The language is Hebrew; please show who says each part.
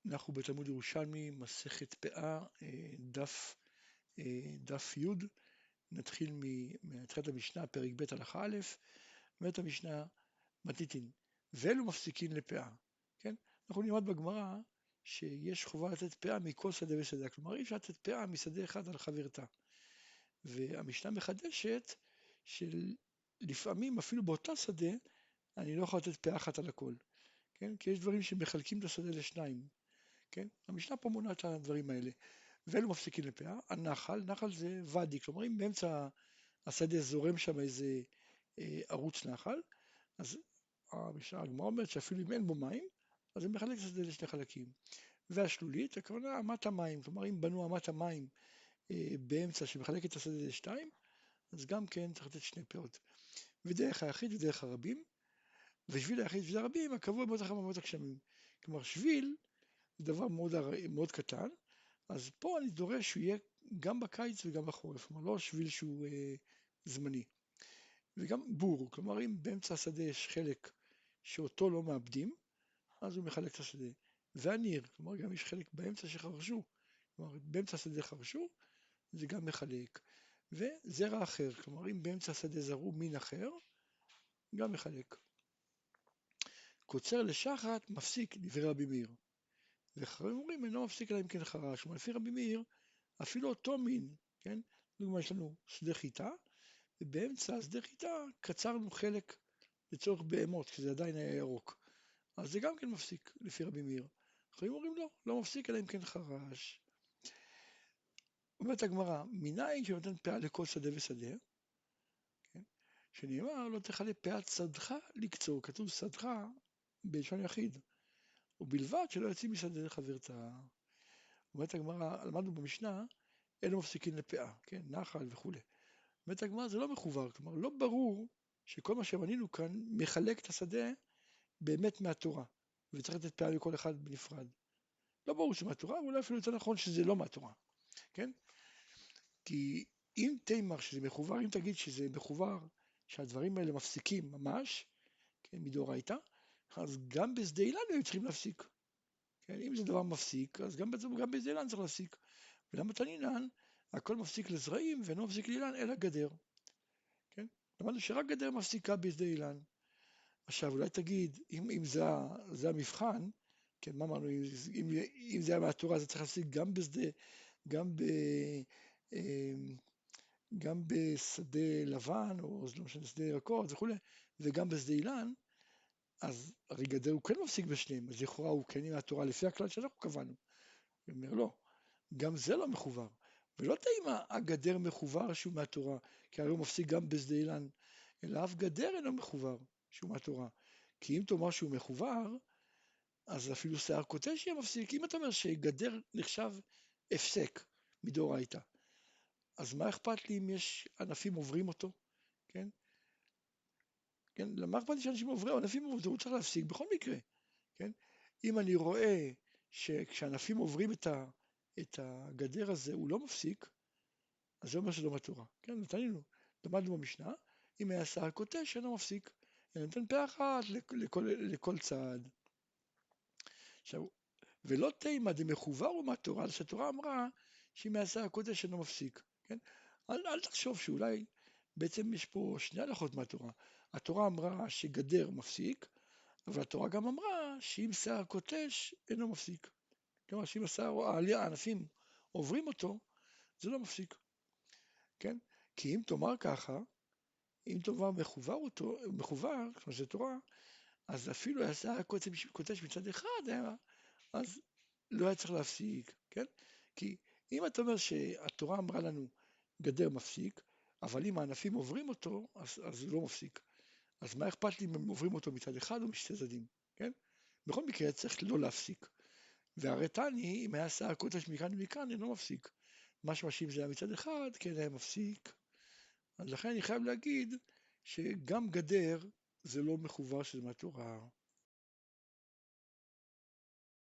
Speaker 1: אנחנו בתלמוד ירושלמי, מסכת פאה, דף י', נתחיל מתחילת המשנה, פרק ב' הלכה א', אומרת המשנה, מתניתין, ואלו מפסיקין לפאה, כן? אנחנו נלמד בגמרא שיש חובה לתת פאה מכל שדה ושדה, כלומר אי אפשר לתת פאה משדה אחד על חברתה, והמשנה מחדשת שלפעמים אפילו באותה שדה אני לא יכול לתת פאה אחת על הכל, כן? כי יש דברים שמחלקים את השדה לשניים, כן? המשנה פה מונה את הדברים האלה. ואלו מפסיקים לפאה, הנחל, נחל זה ואדי, כלומר אם באמצע השדה זורם שם איזה ערוץ נחל, אז הגמרא אומרת שאפילו אם אין בו מים, אז זה מחלק את השדה לשני חלקים. והשלולית, הכוונה אמת המים, כלומר אם בנו אמת המים באמצע שמחלק את השדה לשתיים, אז גם כן צריך לתת שני פאות. ודרך היחיד ודרך הרבים, ושביל היחיד ושביל הרבים, הקבוע מאוד אחר מאוד הגשמים. כלומר שביל זה דבר מאוד קטן, אז פה אני דורש שהוא יהיה גם בקיץ וגם בחורף, כלומר לא שביל שהוא זמני. וגם בור, כלומר אם באמצע השדה יש חלק שאותו לא מאבדים, אז הוא מחלק את השדה. והניר, כלומר גם יש חלק באמצע שחרשו, כלומר באמצע השדה חרשו, זה גם מחלק. וזרע אחר, כלומר אם באמצע השדה זרעו מין אחר, גם מחלק. קוצר לשחת מפסיק, דברי רבי מאיר. וחכמים אומרים אינו מפסיק אלא אם כן חרש, כלומר לפי רבי מאיר, אפילו אותו מין, כן? דוגמה יש לנו שדה חיטה, ובאמצע השדה חיטה קצרנו חלק לצורך בהמות, כי זה עדיין היה ירוק. אז זה גם כן מפסיק, לפי רבי מאיר. חכמים אומרים לא, לא מפסיק אלא אם כן חרש. אומרת הגמרא, מניין שנותן פאה לכל שדה ושדה, כן? שנאמר לא תכלה פאת שדך לקצור, כתוב שדך בלשון יחיד, ובלבד שלא יוצאים משדה לחברתה. אומרת הגמרא, למדנו במשנה, אלו מפסיקים לפאה, כן, נחל וכו'. אומרת הגמרא זה לא מחובר, כלומר לא ברור שכל מה שמנינו כאן מחלק את השדה באמת מהתורה, וצריך לתת פאה לכל אחד בנפרד. לא ברור שזה מהתורה, ואולי אפילו יותר נכון שזה לא מהתורה, כן? כי אם תאמר שזה מחובר, אם תגיד שזה מחובר, שהדברים האלה מפסיקים ממש, כן, מדאורייתא, אז גם בשדה אילן היו צריכים להפסיק. כן, אם זה דבר מפסיק, אז גם בשדה אילן צריך להפסיק. ולמה תנינן, הכל מפסיק לזרעים ואינו מפסיק לאילן, אלא גדר. כן? למדנו שרק גדר מפסיקה בשדה אילן. עכשיו אולי תגיד, אם זה המבחן, כן, מה אמרנו, אם זה היה מהתורה, זה צריך להפסיק גם בשדה, גם, ב, אמ, גם בשדה לבן, או לא משנה, שדה ירקות וכולי, וגם בשדה אילן, אז הרי גדר הוא כן מפסיק בשניהם, אז לכאורה הוא כן עם התורה לפי הכלל שאנחנו קבענו. הוא אומר לא, גם זה לא מחובר. ולא תאמר הגדר מחובר שהוא מהתורה, כי הרי הוא מפסיק גם בשדה אילן, אלא אף גדר אינו מחובר שהוא מהתורה. כי אם תאמר שהוא מחובר, אז אפילו שיער קוטש יהיה מפסיק. אם אתה אומר שגדר נחשב הפסק מדאורייתא, אז מה אכפת לי אם יש ענפים עוברים אותו, כן? כן? למה אכפת לי שאנשים עוברים, ענפים עוברים אותו, הוא צריך להפסיק בכל מקרה, כן? אם אני רואה שכשענפים עוברים את הגדר הזה הוא לא מפסיק, אז זה אומר שלא מהתורה, כן? למדנו במשנה, אם היה שיער קוטש אינו מפסיק, אני נותן פאה אחת לכל צעד. עכשיו, ולא תימא דמחובר הוא מהתורה, שהתורה אמרה שאם היה שיער קוטש אינו מפסיק, כן? אל תחשוב שאולי בעצם יש פה שני הלכות מהתורה. התורה אמרה שגדר מפסיק, אבל התורה גם אמרה שאם שיער קוטש אינו מפסיק. כלומר שאם הענפים עוברים אותו, זה לא מפסיק, כן? כי אם תאמר ככה, אם תאמר מחובר, כמו שזה תורה, אז אפילו היה שיער קוטש מצד אחד, אז לא היה צריך להפסיק, כן? כי אם אתה אומר שהתורה אמרה לנו גדר מפסיק, אבל אם הענפים עוברים אותו, אז הוא לא מפסיק. אז מה אכפת לי אם הם עוברים אותו מצד אחד או משתי צדדים, כן? בכל מקרה צריך לא להפסיק. והרי תני, אם היה שיער קוטש מכאן ומכאן, אינו מפסיק. משמע שאם זה היה מצד אחד, כן היה מפסיק. אז לכן אני חייב להגיד שגם גדר זה לא מחובר שזה מהתורה.